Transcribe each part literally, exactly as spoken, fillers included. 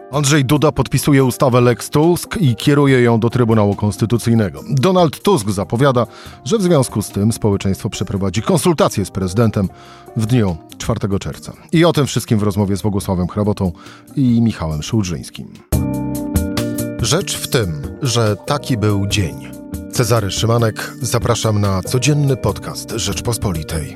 Andrzej Duda podpisuje ustawę Lex Tusk i kieruje ją do Trybunału Konstytucyjnego. Donald Tusk zapowiada, że w związku z tym społeczeństwo przeprowadzi konsultacje z prezydentem w dniu czwartego czerwca. I o tym wszystkim w rozmowie z Bogusławem Hrabotą i Michałem Szułdrzyńskim. Rzecz w tym, że taki był dzień. Cezary Szymanek, zapraszam na codzienny podcast Rzeczpospolitej.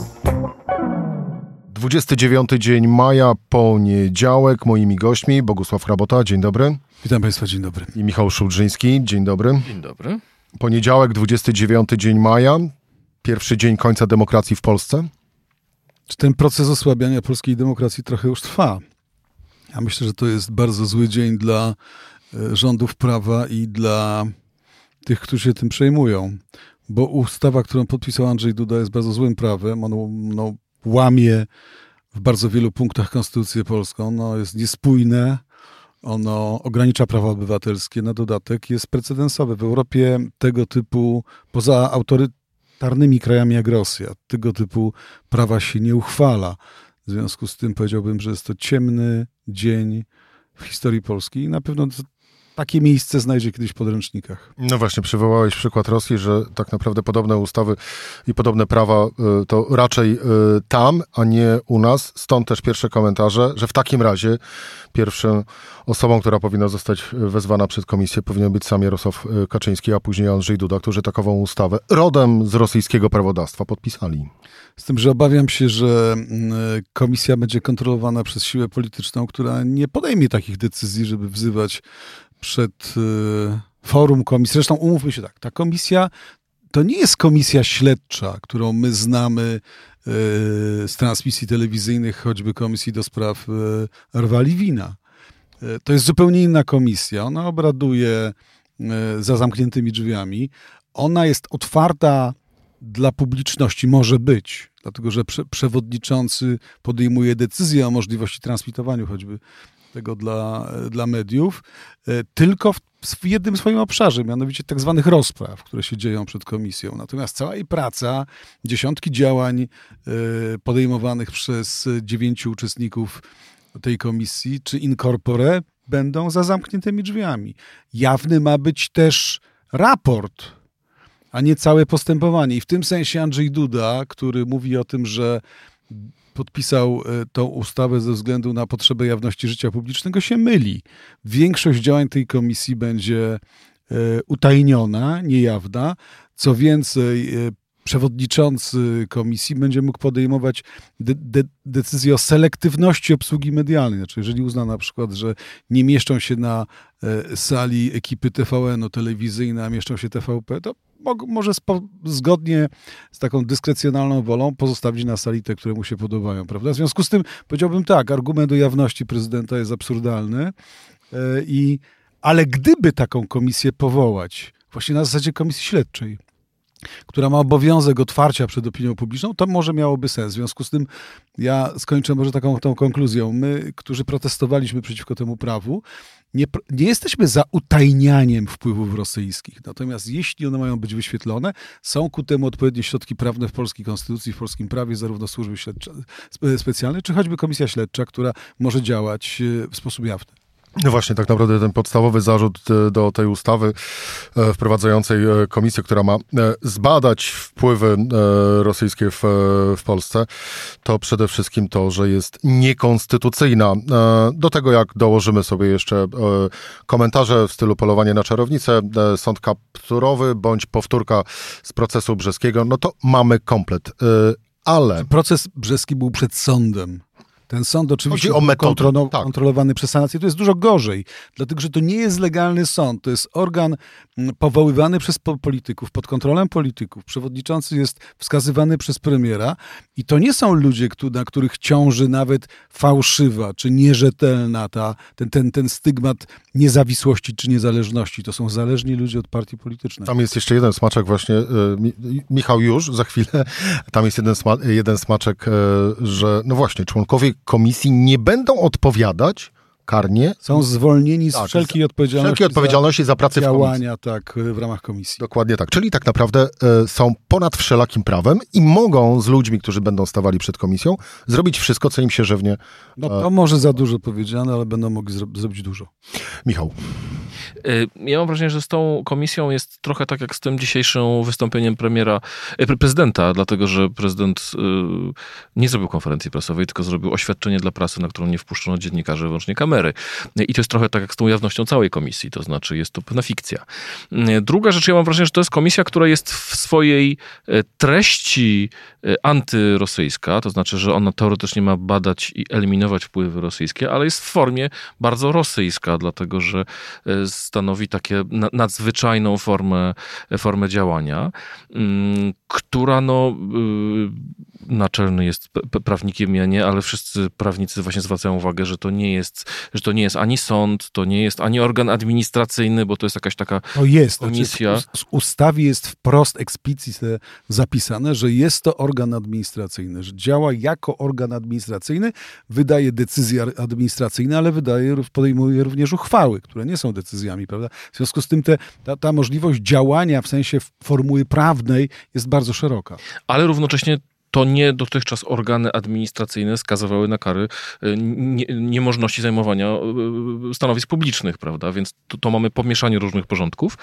dwudziesty dziewiąty dzień maja, poniedziałek. Moimi gośćmi Bogusław Hrabota, dzień dobry. Witam Państwa, dzień dobry. I Michał Szułdrzyński, dzień dobry. Dzień dobry. Poniedziałek, dwudziesty dziewiąty dzień maja, pierwszy dzień końca demokracji w Polsce. Czy ten proces osłabiania polskiej demokracji trochę już trwa? Ja myślę, że to jest bardzo zły dzień dla rządów prawa i dla tych, którzy się tym przejmują. Bo ustawa, którą podpisał Andrzej Duda, jest bardzo złym prawem. Ono no, łamie w bardzo wielu punktach konstytucję polską. Ono jest niespójne, ono ogranicza prawa obywatelskie. Na dodatek jest precedensowe. W Europie tego typu, poza autorytarnymi krajami jak Rosja, tego typu prawa się nie uchwala. W związku z tym powiedziałbym, że jest to ciemny dzień w historii Polski i na pewno takie miejsce znajdzie kiedyś w podręcznikach. No właśnie, przywołałeś przykład Rosji, że tak naprawdę podobne ustawy i podobne prawa to raczej tam, a nie u nas. Stąd też pierwsze komentarze, że w takim razie pierwszą osobą, która powinna zostać wezwana przez komisję, powinien być sam Jarosław Kaczyński, a później Andrzej Duda, którzy takową ustawę rodem z rosyjskiego prawodawstwa podpisali. Z tym, że obawiam się, że komisja będzie kontrolowana przez siłę polityczną, która nie podejmie takich decyzji, żeby wzywać przed y, forum komisji. Zresztą umówmy się tak, ta komisja to nie jest komisja śledcza, którą my znamy y, z transmisji telewizyjnych, choćby komisji do spraw y, rwali wina. Y, to jest zupełnie inna komisja. Ona obraduje y, za zamkniętymi drzwiami. Ona jest otwarta dla publiczności, może być, dlatego że prze, przewodniczący podejmuje decyzję o możliwości transmitowania choćby tego dla, dla mediów, tylko w, w jednym swoim obszarze, mianowicie tak zwanych rozpraw, które się dzieją przed komisją. Natomiast cała jej praca, dziesiątki działań podejmowanych przez dziewięciu uczestników tej komisji, czy in corpore, będą za zamkniętymi drzwiami. Jawny ma być też raport, a nie całe postępowanie. I w tym sensie Andrzej Duda, który mówi o tym, że podpisał tą ustawę ze względu na potrzebę jawności życia publicznego, się myli. Większość działań tej komisji będzie utajniona, niejawna. Co więcej, przewodniczący komisji będzie mógł podejmować de- de- decyzje o selektywności obsługi medialnej. Znaczy, jeżeli uzna na przykład, że nie mieszczą się na e, sali ekipy T V N-u telewizyjne, a mieszczą się T V P, to mo- może spo- zgodnie z taką dyskrecjonalną wolą pozostawić na sali te, które mu się podobają, prawda? W związku z tym powiedziałbym tak, argument o jawności prezydenta jest absurdalny, e, i, ale gdyby taką komisję powołać, właśnie na zasadzie komisji śledczej, która ma obowiązek otwarcia przed opinią publiczną, to może miałoby sens. W związku z tym ja skończę może taką tą konkluzją. My, którzy protestowaliśmy przeciwko temu prawu, nie, nie jesteśmy za utajnianiem wpływów rosyjskich. Natomiast jeśli one mają być wyświetlone, są ku temu odpowiednie środki prawne w polskiej konstytucji, w polskim prawie, zarówno służby śledcze, specjalne, czy choćby komisja śledcza, która może działać w sposób jawny. No właśnie, tak naprawdę ten podstawowy zarzut do tej ustawy wprowadzającej komisję, która ma zbadać wpływy rosyjskie w, w Polsce, to przede wszystkim to, że jest niekonstytucyjna. Do tego, jak dołożymy sobie jeszcze komentarze w stylu polowanie na czarownicę, sąd kapturowy bądź powtórka z procesu brzeskiego, no to mamy komplet. Ale... Proces brzeski był przed sądem. Ten sąd oczywiście o metodę, kontrolo- tak. kontrolowany przez sanację, to jest dużo gorzej, dlatego że to nie jest legalny sąd, to jest organ powoływany przez polityków, pod kontrolą polityków. Przewodniczący jest wskazywany przez premiera i to nie są ludzie, na których ciąży nawet fałszywa czy nierzetelna ta, ten, ten, ten stygmat niezawisłości czy niezależności. To są zależni ludzie od partii politycznej. Tam jest jeszcze jeden smaczek właśnie, Michał już za chwilę, tam jest jeden, jeden smaczek, że no właśnie, członkowie komisji nie będą odpowiadać karnie. Są zwolnieni z tak, wszelkiej z, odpowiedzialności, wszelkiej odpowiedzialności za, za pracę działania w komisji. Tak, w ramach komisji. Dokładnie tak. Czyli tak naprawdę y, są ponad wszelakim prawem i mogą z ludźmi, którzy będą stawali przed komisją, zrobić wszystko, co im się żywnie... No to może za dużo powiedziane, ale będą mogli zro- zrobić dużo. Michał. Ja mam wrażenie, że z tą komisją jest trochę tak jak z tym dzisiejszym wystąpieniem premiera, prezydenta, dlatego że prezydent nie zrobił konferencji prasowej, tylko zrobił oświadczenie dla prasy, na którą nie wpuszczono dziennikarzy, wyłącznie kamery. I to jest trochę tak jak z tą jawnością całej komisji, to znaczy jest to pewna fikcja. Druga rzecz, ja mam wrażenie, że to jest komisja, która jest w swojej treści antyrosyjska, to znaczy, że ona teoretycznie ma badać i eliminować wpływy rosyjskie, ale jest w formie bardzo rosyjska, dlatego że stanowi takie nadzwyczajną formę, formę działania, która no, naczelny jest prawnikiem, ja nie, ale wszyscy prawnicy właśnie zwracają uwagę, że to nie jest, że to nie jest ani sąd, to nie jest ani organ administracyjny, bo to jest jakaś taka to jest, komisja. Znaczy w ustawie jest wprost, explicite zapisane, że jest to organ administracyjny, że działa jako organ administracyjny, wydaje decyzje administracyjne, ale wydaje, podejmuje również uchwały, które nie są decyzjami, prawda? W związku z tym te, ta, ta możliwość działania w sensie formuły prawnej jest bardzo szeroka. Ale równocześnie to nie dotychczas organy administracyjne skazywały na kary nie, niemożności zajmowania stanowisk publicznych, prawda? Więc to, to mamy pomieszanie różnych porządków.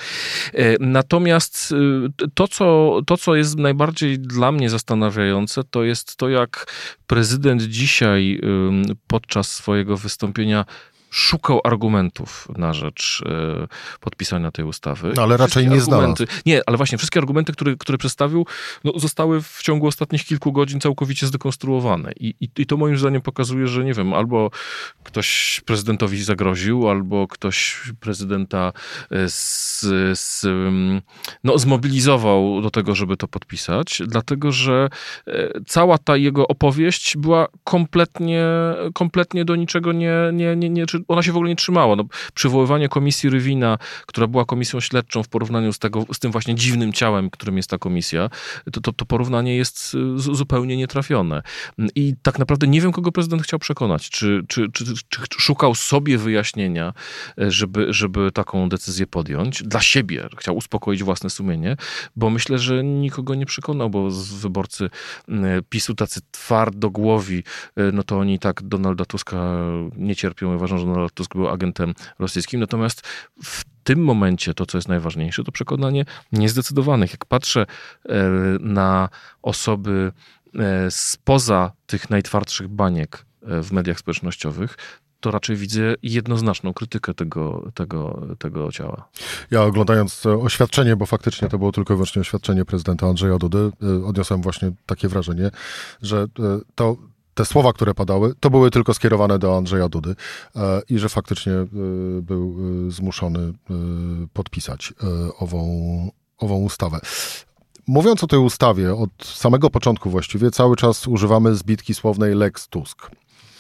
Natomiast to co, to, co jest najbardziej dla mnie zastanawiające, to jest to, jak prezydent dzisiaj podczas swojego wystąpienia szukał argumentów na rzecz e, podpisania tej ustawy. No, ale raczej nie znalazł. Nie, ale właśnie wszystkie argumenty, które, które przedstawił, no, zostały w ciągu ostatnich kilku godzin całkowicie zdekonstruowane. I, i, I to moim zdaniem pokazuje, że nie wiem, albo ktoś prezydentowi zagroził, albo ktoś prezydenta z, z, no, zmobilizował do tego, żeby to podpisać, dlatego że cała ta jego opowieść była kompletnie, kompletnie do niczego nie, nie, nie, nie ona się w ogóle nie trzymała. No, przywoływanie komisji Rywina, która była komisją śledczą w porównaniu z, tego, z tym właśnie dziwnym ciałem, którym jest ta komisja, to, to, to porównanie jest z, zupełnie nietrafione. I tak naprawdę nie wiem, kogo prezydent chciał przekonać. Czy, czy, czy, czy szukał sobie wyjaśnienia, żeby, żeby taką decyzję podjąć. Dla siebie chciał uspokoić własne sumienie, bo myślę, że nikogo nie przekonał, bo wyborcy PiSu tacy twardogłowi, no to oni tak Donalda Tuska nie cierpią. Uważam, że Donald Tusk był agentem rosyjskim. Natomiast w tym momencie to, co jest najważniejsze, to przekonanie niezdecydowanych. Jak patrzę na osoby spoza tych najtwardszych baniek w mediach społecznościowych, to raczej widzę jednoznaczną krytykę tego, tego, tego ciała. Ja oglądając oświadczenie, bo faktycznie to było tylko i wyłącznie oświadczenie prezydenta Andrzeja Dudy, odniosłem właśnie takie wrażenie, że to te słowa, które padały, to były tylko skierowane do Andrzeja Dudy e, i że faktycznie e, był e, zmuszony e, podpisać e, ową, ową ustawę. Mówiąc o tej ustawie, od samego początku właściwie cały czas używamy zbitki słownej Lex Tusk.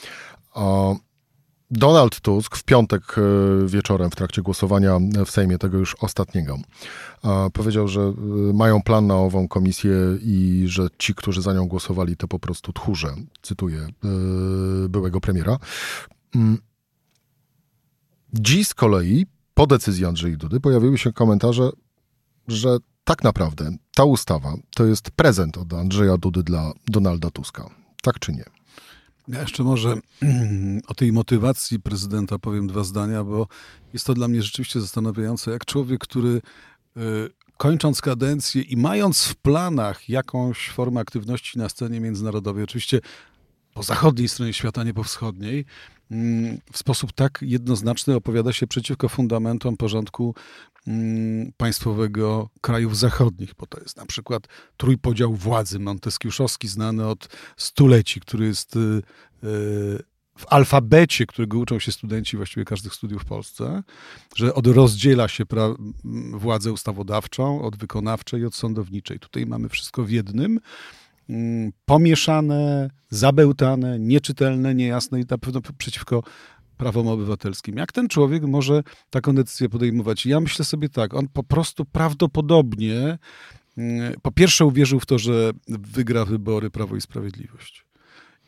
E, Donald Tusk w piątek wieczorem w trakcie głosowania w Sejmie, tego już ostatniego, powiedział, że mają plan na ową komisję i że ci, którzy za nią głosowali, to po prostu tchórze, cytuję byłego premiera. Dziś z kolei, po decyzji Andrzej Dudy, pojawiły się komentarze, że tak naprawdę ta ustawa to jest prezent od Andrzeja Dudy dla Donalda Tuska. Tak czy nie? Ja jeszcze może o tej motywacji prezydenta powiem dwa zdania, bo jest to dla mnie rzeczywiście zastanawiające, jak człowiek, który kończąc kadencję i mając w planach jakąś formę aktywności na scenie międzynarodowej, oczywiście po zachodniej stronie świata, nie po wschodniej, w sposób tak jednoznaczny opowiada się przeciwko fundamentom porządku państwowego krajów zachodnich, bo to jest na przykład trójpodział władzy monteskiuszowski, znany od stuleci, który jest w alfabecie, którego uczą się studenci właściwie każdych studiów w Polsce, że od rozdziela się pra- władzę ustawodawczą od wykonawczej i od sądowniczej. Tutaj mamy wszystko w jednym, pomieszane, zabełtane, nieczytelne, niejasne i na pewno przeciwko prawom obywatelskim. Jak ten człowiek może taką decyzję podejmować? Ja myślę sobie tak, on po prostu prawdopodobnie po pierwsze uwierzył w to, że wygra wybory Prawo i Sprawiedliwość.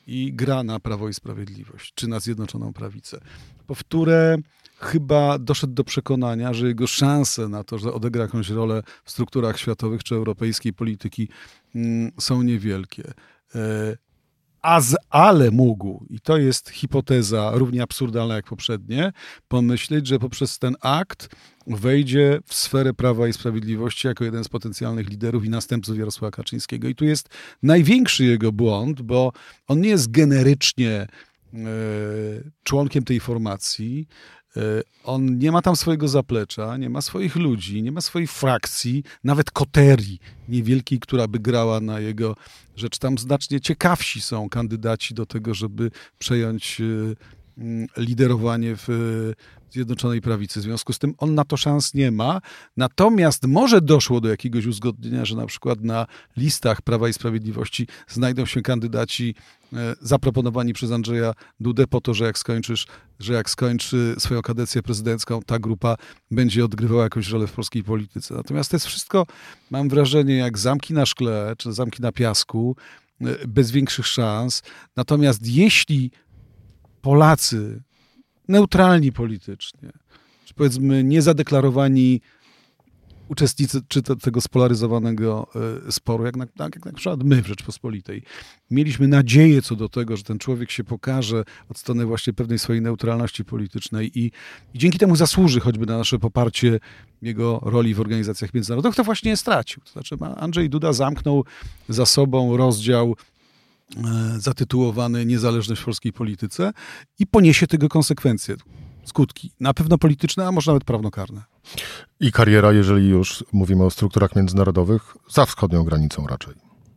i gra na Prawo i Sprawiedliwość, czy na Zjednoczoną Prawicę. Powtórę, chyba doszedł do przekonania, że jego szanse na to, że odegra jakąś rolę w strukturach światowych czy europejskiej polityki mm, są niewielkie. E, a z, ale mógł, i to jest hipoteza równie absurdalna jak poprzednie, pomyśleć, że poprzez ten akt wejdzie w sferę Prawa i Sprawiedliwości jako jeden z potencjalnych liderów i następców Jarosława Kaczyńskiego. I tu jest największy jego błąd, bo on nie jest generycznie e, członkiem tej formacji. On nie ma tam swojego zaplecza, nie ma swoich ludzi, nie ma swojej frakcji, nawet koterii niewielkiej, która by grała na jego rzecz. Tam znacznie ciekawsi są kandydaci do tego, żeby przejąć liderowanie w Zjednoczonej Prawicy. W związku z tym on na to szans nie ma. Natomiast może doszło do jakiegoś uzgodnienia, że na przykład na listach Prawa i Sprawiedliwości znajdą się kandydaci zaproponowani przez Andrzeja Dudę po to, że jak skończysz, że jak skończy swoją kadencję prezydencką, ta grupa będzie odgrywała jakąś rolę w polskiej polityce. Natomiast to jest wszystko, mam wrażenie, jak zamki na szkle, czy zamki na piasku, bez większych szans. Natomiast jeśli Polacy neutralni politycznie, czy powiedzmy niezadeklarowani uczestnicy czy to, tego spolaryzowanego y, sporu, jak na, tak jak na przykład my w Rzeczpospolitej, mieliśmy nadzieję co do tego, że ten człowiek się pokaże od strony właśnie pewnej swojej neutralności politycznej i, i dzięki temu zasłuży choćby na nasze poparcie jego roli w organizacjach międzynarodowych, to właśnie je stracił. To znaczy Andrzej Duda zamknął za sobą rozdział zatytułowany Niezależność w polskiej polityce i poniesie tego konsekwencje, skutki, na pewno polityczne, a może nawet prawnokarne. I kariera, jeżeli już mówimy o strukturach międzynarodowych, za wschodnią granicą raczej.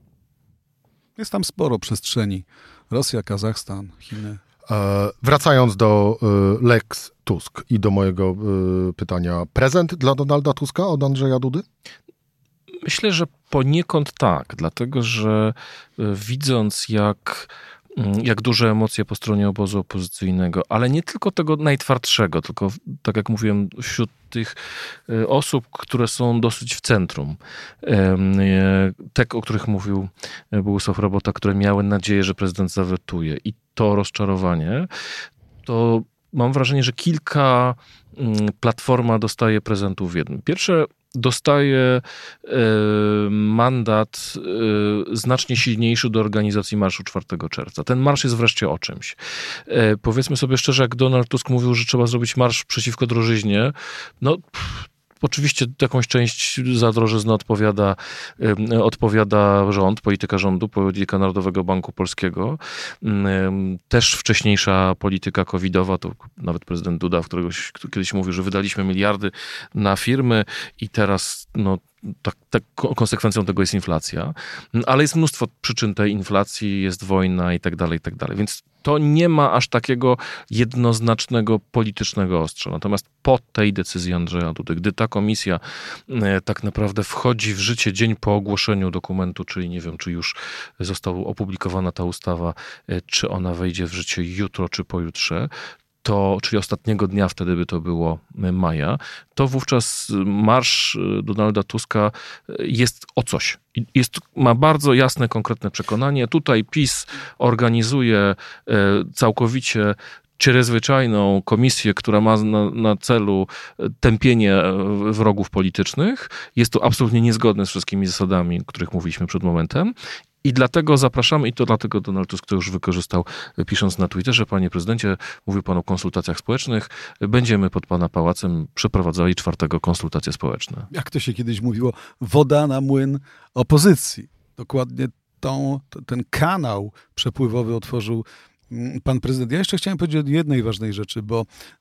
Jest tam sporo przestrzeni. Rosja, Kazachstan, Chiny. E, wracając do e, Lex Tusk i do mojego e, pytania. Prezent dla Donalda Tuska od Andrzeja Dudy? Myślę, że poniekąd tak, dlatego że widząc jak, jak duże emocje po stronie obozu opozycyjnego, ale nie tylko tego najtwardszego, tylko tak jak mówiłem, wśród tych osób, które są dosyć w centrum, te, o których mówił Bogusław Rabota, które miały nadzieję, że prezydent zawetuje i to rozczarowanie, to mam wrażenie, że kilka Platforma dostaje prezentów w jednym. Pierwsze, dostaje y, mandat y, znacznie silniejszy do organizacji marszu czwartego czerwca. Ten marsz jest wreszcie o czymś. Y, powiedzmy sobie szczerze, jak Donald Tusk mówił, że trzeba zrobić marsz przeciwko drożyźnie, no pff, oczywiście jakąś część za drożyznę odpowiada, y, odpowiada rząd, polityka rządu, polityka Narodowego Banku Polskiego. Y, też wcześniejsza polityka covidowa, to nawet prezydent Duda, w któregoś, kiedyś mówił, że wydaliśmy miliardy na firmy i teraz no, tak, tak, konsekwencją tego jest inflacja. Ale jest mnóstwo przyczyn tej inflacji, jest wojna i tak dalej, i tak dalej. Więc to nie ma aż takiego jednoznacznego politycznego ostrza. Natomiast po tej decyzji Andrzeja Dudy, gdy ta komisja tak naprawdę wchodzi w życie dzień po ogłoszeniu dokumentu, czyli nie wiem, czy już została opublikowana ta ustawa, czy ona wejdzie w życie jutro, czy pojutrze, to, czyli ostatniego dnia, wtedy by to było maja, to wówczas marsz Donalda Tuska jest o coś. Jest, ma bardzo jasne, konkretne przekonanie. Tutaj PiS organizuje całkowicie czreзвyczajną komisję, która ma na, na celu tępienie wrogów politycznych. Jest to absolutnie niezgodne z wszystkimi zasadami, o których mówiliśmy przed momentem. I dlatego zapraszamy, i to dlatego Donald Tusk to już wykorzystał, pisząc na Twitterze: panie prezydencie, mówił pan o konsultacjach społecznych, będziemy pod pana pałacem przeprowadzali czwartego konsultacje społeczne. Jak to się kiedyś mówiło, woda na młyn opozycji. Dokładnie tą, ten kanał przepływowy otworzył pan prezydent. Ja jeszcze chciałem powiedzieć o jednej ważnej rzeczy, bo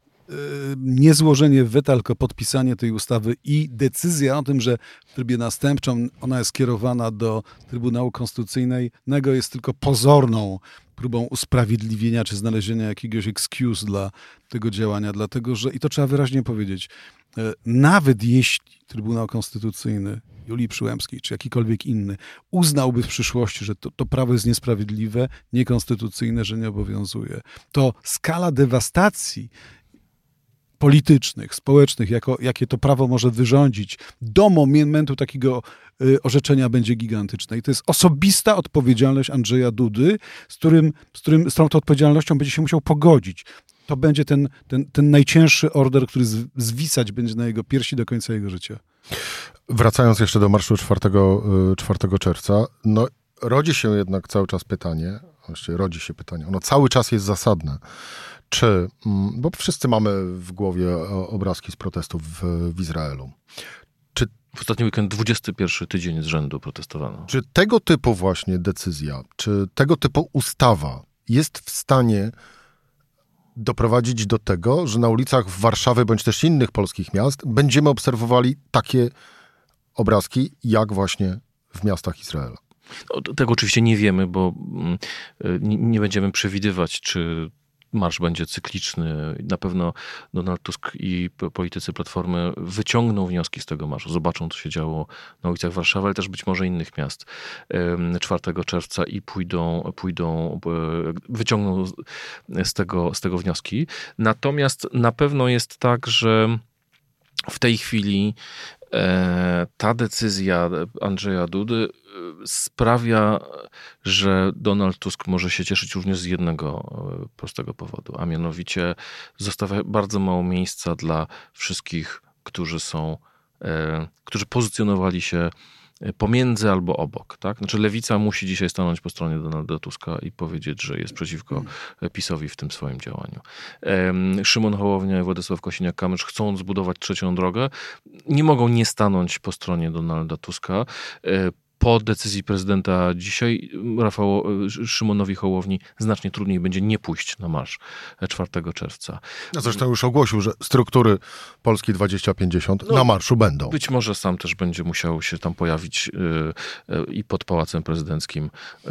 nie złożenie weta, tylko podpisanie tej ustawy i decyzja o tym, że w trybie następczym ona jest kierowana do Trybunału Konstytucyjnego, jest tylko pozorną próbą usprawiedliwienia czy znalezienia jakiegoś excuse dla tego działania, dlatego że, i to trzeba wyraźnie powiedzieć, nawet jeśli Trybunał Konstytucyjny Julii Przyłębskiej czy jakikolwiek inny uznałby w przyszłości, że to, to prawo jest niesprawiedliwe, niekonstytucyjne, że nie obowiązuje, to skala dewastacji, politycznych, społecznych, jako, jakie to prawo może wyrządzić, do momentu takiego y, orzeczenia będzie gigantyczne. I to jest osobista odpowiedzialność Andrzeja Dudy, z, którym, z, którym, z którą to odpowiedzialnością będzie się musiał pogodzić. To będzie ten, ten, ten najcięższy order, który z, zwisać będzie na jego piersi do końca jego życia. Wracając jeszcze do marszu czwartego czerwca, no rodzi się jednak cały czas pytanie, właściwie rodzi się pytanie, ono cały czas jest zasadne, czy, bo wszyscy mamy w głowie obrazki z protestów w, w Izraelu. Czy, w ostatni weekend dwudziesty pierwszy tydzień z rzędu protestowano. Czy tego typu właśnie decyzja, czy tego typu ustawa jest w stanie doprowadzić do tego, że na ulicach Warszawy bądź też innych polskich miast będziemy obserwowali takie obrazki, jak właśnie w miastach Izraela? No, tego oczywiście nie wiemy, bo nie, nie będziemy przewidywać, czy marsz będzie cykliczny. Na pewno Donald Tusk i politycy Platformy wyciągną wnioski z tego marszu. Zobaczą, co się działo na ulicach Warszawy, ale też być może innych miast czwartego czerwca i pójdą, pójdą wyciągną z tego, z tego wnioski. Natomiast na pewno jest tak, że w tej chwili ta decyzja Andrzeja Dudy sprawia, że Donald Tusk może się cieszyć również z jednego prostego powodu, a mianowicie zostawia bardzo mało miejsca dla wszystkich, którzy są, którzy pozycjonowali się pomiędzy albo obok. Tak? Znaczy Lewica musi dzisiaj stanąć po stronie Donalda Tuska i powiedzieć, że jest przeciwko PiS-owi w tym swoim działaniu. Szymon Hołownia i Władysław Kosiniak-Kamysz, chcąc zbudować trzecią drogę, nie mogą nie stanąć po stronie Donalda Tuska. Po decyzji prezydenta dzisiaj Rafał, Szymonowi Hołowni znacznie trudniej będzie nie pójść na marsz czwartego czerwca. No zresztą już ogłosił, że struktury Polski dwadzieścia pięćdziesiąt no, na marszu będą. Być może sam też będzie musiał się tam pojawić yy, yy, i pod Pałacem Prezydenckim.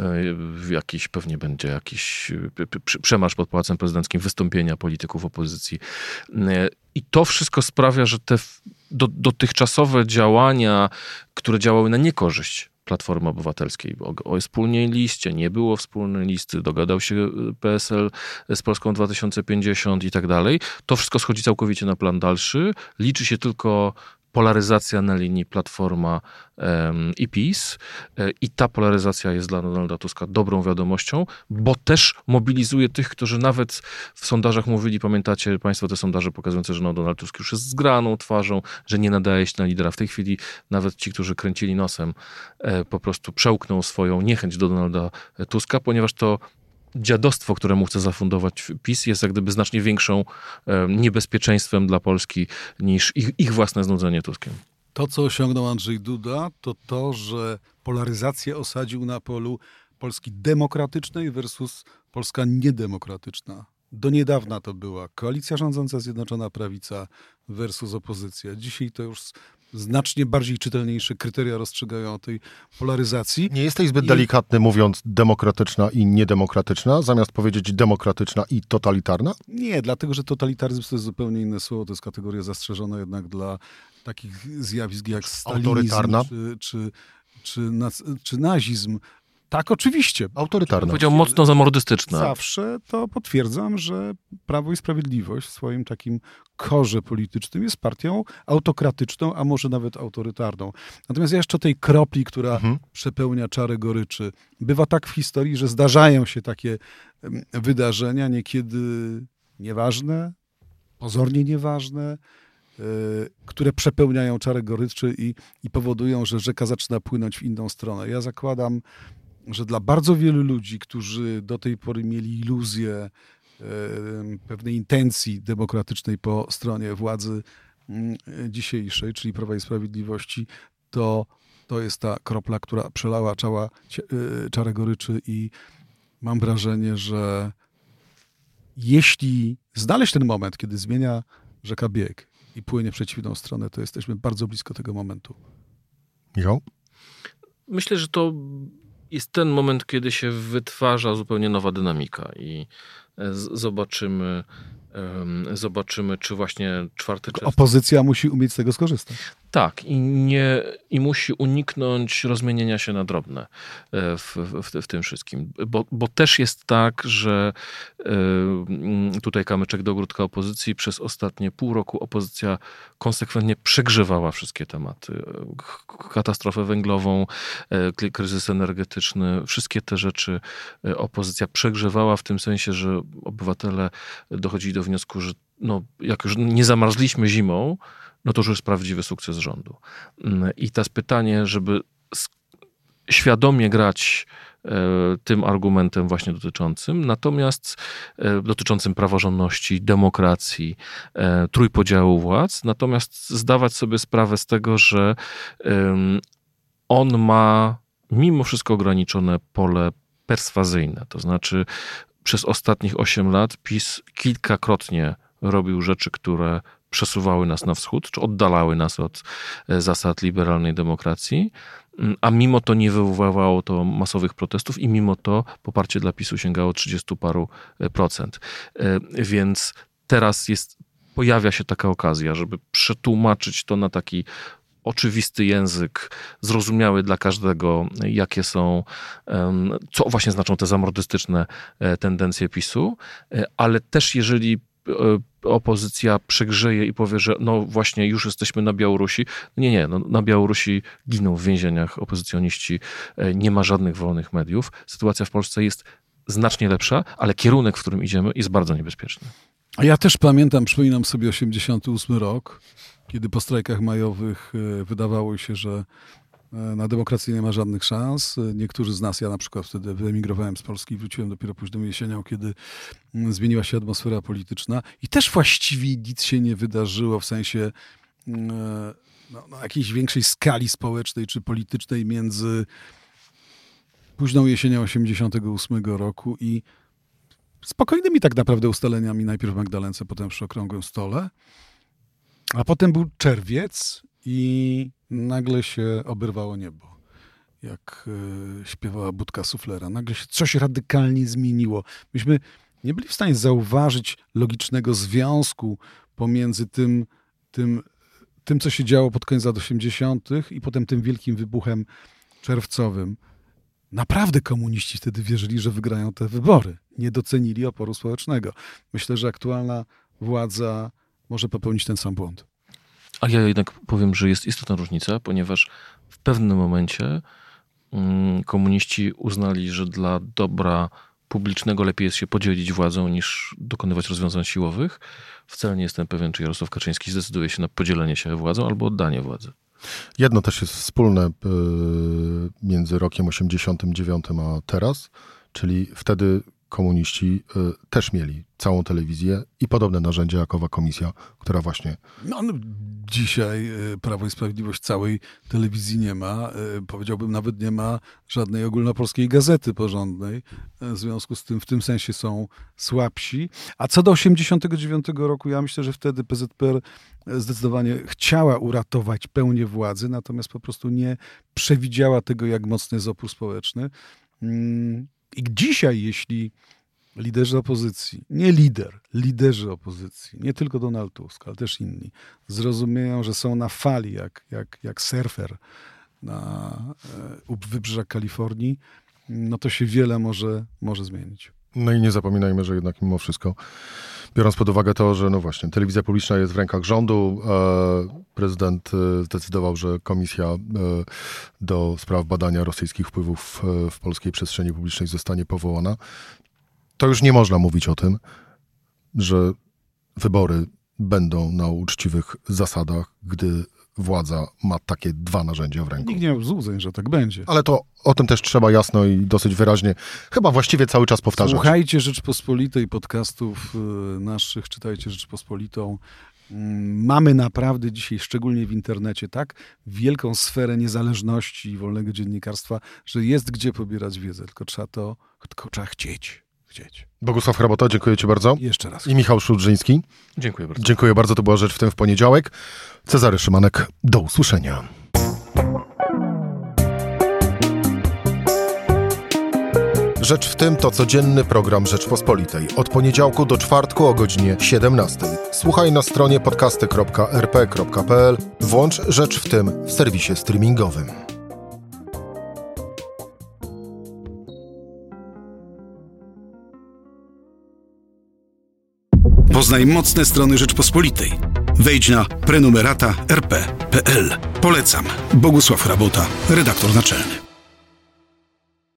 Yy, jakiś, pewnie będzie jakiś yy, przemarsz pod Pałacem Prezydenckim, wystąpienia polityków opozycji. Yy, I to wszystko sprawia, że te do, dotychczasowe działania, które działały na niekorzyść Platformy Obywatelskiej, o, o wspólnej liście, nie było wspólnej listy, dogadał się P S L z Polską dwa tysiące pięćdziesiąt i tak dalej. To wszystko schodzi całkowicie na plan dalszy. Liczy się tylko polaryzacja na linii Platforma um, i PiS. I ta polaryzacja jest dla Donalda Tuska dobrą wiadomością, bo też mobilizuje tych, którzy nawet w sondażach mówili, pamiętacie państwo te sondaże pokazujące, że no, Donald Tusk już jest zgraną twarzą, że nie nadaje się na lidera. W tej chwili nawet ci, którzy kręcili nosem, e, po prostu przełkną swoją niechęć do Donalda Tuska, ponieważ to dziadostwo, któremu chce zafundować PiS, jest jak gdyby znacznie większą e, niebezpieczeństwem dla Polski niż ich, ich własne znudzenie Tuskiem. To, co osiągnął Andrzej Duda, to to, że polaryzację osadził na polu Polski demokratycznej versus Polska niedemokratyczna. Do niedawna to była koalicja rządząca, Zjednoczona Prawica versus opozycja. Dzisiaj to już znacznie bardziej czytelniejsze kryteria rozstrzygają o tej polaryzacji. Nie jesteś zbyt I... delikatny, mówiąc demokratyczna i niedemokratyczna, zamiast powiedzieć demokratyczna i totalitarna? Nie, dlatego, że totalitaryzm to jest zupełnie inne słowo, to jest kategoria zastrzeżona jednak dla takich zjawisk jak stalinizm autorytarna czy, czy, czy, naz, czy nazizm. Tak, oczywiście. Autorytarna. Powiedział mocno zamordystyczna. Zawsze to potwierdzam, że Prawo i Sprawiedliwość w swoim takim korze politycznym jest partią autokratyczną, a może nawet autorytarną. Natomiast jeszcze o tej kropli, która mhm. przepełnia czarę goryczy. Bywa tak w historii, że zdarzają się takie wydarzenia, niekiedy nieważne, pozornie nieważne, yy, które przepełniają czarę goryczy i, i powodują, że rzeka zaczyna płynąć w inną stronę. Ja zakładam, że dla bardzo wielu ludzi, którzy do tej pory mieli iluzję yy, pewnej intencji demokratycznej po stronie władzy yy, dzisiejszej, czyli Prawa i Sprawiedliwości, to, to jest ta kropla, która przelała czała, yy, czarę goryczy i mam wrażenie, że jeśli znaleźć ten moment, kiedy zmienia rzeka bieg i płynie w przeciwną stronę, to jesteśmy bardzo blisko tego momentu. Michał? Myślę, że to jest ten moment, kiedy się wytwarza zupełnie nowa dynamika i z- zobaczymy, em, zobaczymy, czy właśnie czwarty czerwca... Opozycja musi umieć z tego skorzystać. Tak, i, nie, i musi uniknąć rozmienienia się na drobne e, w, w, w tym wszystkim. Bo, bo też jest tak, że e, tutaj kamyczek do ogródka opozycji, przez ostatnie pół roku opozycja konsekwentnie przegrzewała wszystkie tematy. K- Katastrofę węglową, e, kryzys energetyczny, wszystkie te rzeczy e, opozycja przegrzewała w tym sensie, że obywatele dochodzili do wniosku, że no, jak już nie zamarzliśmy zimą, no to już jest prawdziwy sukces rządu. I teraz pytanie, żeby świadomie grać tym argumentem właśnie dotyczącym, natomiast dotyczącym praworządności, demokracji, trójpodziału władz, natomiast zdawać sobie sprawę z tego, że on ma mimo wszystko ograniczone pole perswazyjne. To znaczy przez ostatnich osiem lat PiS kilkakrotnie robił rzeczy, które przesuwały nas na wschód, czy oddalały nas od zasad liberalnej demokracji, a mimo to nie wywoływało to masowych protestów i mimo to poparcie dla PiSu sięgało trzydziestu paru procent. Więc teraz jest, pojawia się taka okazja, żeby przetłumaczyć to na taki oczywisty język, zrozumiały dla każdego, jakie są, co właśnie znaczą te zamordystyczne tendencje PiSu, ale też jeżeli opozycja przegrzeje i powie, że no właśnie już jesteśmy na Białorusi. Nie, nie, no na Białorusi giną w więzieniach opozycjoniści, nie ma żadnych wolnych mediów. Sytuacja w Polsce jest znacznie lepsza, ale kierunek, w którym idziemy, jest bardzo niebezpieczny. A ja też pamiętam, przypominam sobie osiemdziesiąty ósmy rok, kiedy po strajkach majowych wydawało się, że na demokrację nie ma żadnych szans. Niektórzy z nas, ja na przykład wtedy wyemigrowałem z Polski i wróciłem dopiero późną jesienią, kiedy zmieniła się atmosfera polityczna i też właściwie nic się nie wydarzyło w sensie no, no, jakiejś większej skali społecznej czy politycznej między późną jesienią osiemdziesiątego ósmego roku i spokojnymi tak naprawdę ustaleniami, najpierw w Magdalence, potem przy okrągłym stole, a potem był czerwiec i nagle się oberwało niebo, jak y, śpiewała Budka Suflera. Nagle się coś radykalnie zmieniło. Myśmy nie byli w stanie zauważyć logicznego związku pomiędzy tym, tym, tym co się działo pod koniec lat osiemdziesiątych i potem tym wielkim wybuchem czerwcowym. Naprawdę komuniści wtedy wierzyli, że wygrają te wybory. Nie docenili oporu społecznego. Myślę, że aktualna władza może popełnić ten sam błąd. A ja jednak powiem, że jest istotna różnica, ponieważ w pewnym momencie mm, komuniści uznali, że dla dobra publicznego lepiej jest się podzielić władzą niż dokonywać rozwiązań siłowych. Wcale nie jestem pewien, czy Jarosław Kaczyński zdecyduje się na podzielenie się władzą albo oddanie władzy. Jedno też jest wspólne między rokiem osiemdziesiątym dziewiątym a teraz, czyli wtedy komuniści też mieli całą telewizję i podobne narzędzia jak owa komisja, która właśnie... No, no, dzisiaj Prawo i Sprawiedliwość całej telewizji nie ma. Powiedziałbym, nawet nie ma żadnej ogólnopolskiej gazety porządnej. W związku z tym w tym sensie są słabsi. A co do osiemdziesiątego dziewiątego roku, ja myślę, że wtedy P Z P R zdecydowanie chciała uratować pełnię władzy, natomiast po prostu nie przewidziała tego, jak mocny jest opór społeczny. I dzisiaj, jeśli liderzy opozycji, nie lider, liderzy opozycji, nie tylko Donald Tusk, ale też inni, zrozumieją, że są na fali, jak, jak, jak surfer na u wybrzeża Kalifornii, no to się wiele może, może zmienić. No i nie zapominajmy, że jednak mimo wszystko, biorąc pod uwagę to, że no właśnie, telewizja publiczna jest w rękach rządu, e, prezydent zdecydował, że komisja e, do spraw badania rosyjskich wpływów w, w polskiej przestrzeni publicznej zostanie powołana, to już nie można mówić o tym, że wybory będą na uczciwych zasadach, gdy władza ma takie dwa narzędzia w ręku. Nikt nie miał złudzeń, że tak będzie. Ale to o tym też trzeba jasno i dosyć wyraźnie, chyba właściwie cały czas powtarzać. Słuchajcie Rzeczpospolitej, podcastów naszych, czytajcie Rzeczpospolitą. Mamy naprawdę dzisiaj, szczególnie w internecie, tak wielką sferę niezależności i wolnego dziennikarstwa, że jest gdzie pobierać wiedzę, tylko trzeba to, tylko trzeba chcieć. chcieć. Bogusław Hrabota, dziękuję ci bardzo. Jeszcze raz. I Michał Szulżyński. Dziękuję bardzo. Dziękuję bardzo, to była Rzecz w tym w poniedziałek. Cezary Szymanek, do usłyszenia. Rzecz w tym to codzienny program Rzeczpospolitej. Od poniedziałku do czwartku o godzinie siedemnastej. Słuchaj na stronie podcasty kropka er pe kropka pe el. Włącz Rzecz w tym w serwisie streamingowym. Poznaj mocne strony Rzeczpospolitej. Wejdź na prenumerata kropka er pe kropka pe el. Polecam. Bogusław Rabota, redaktor naczelny.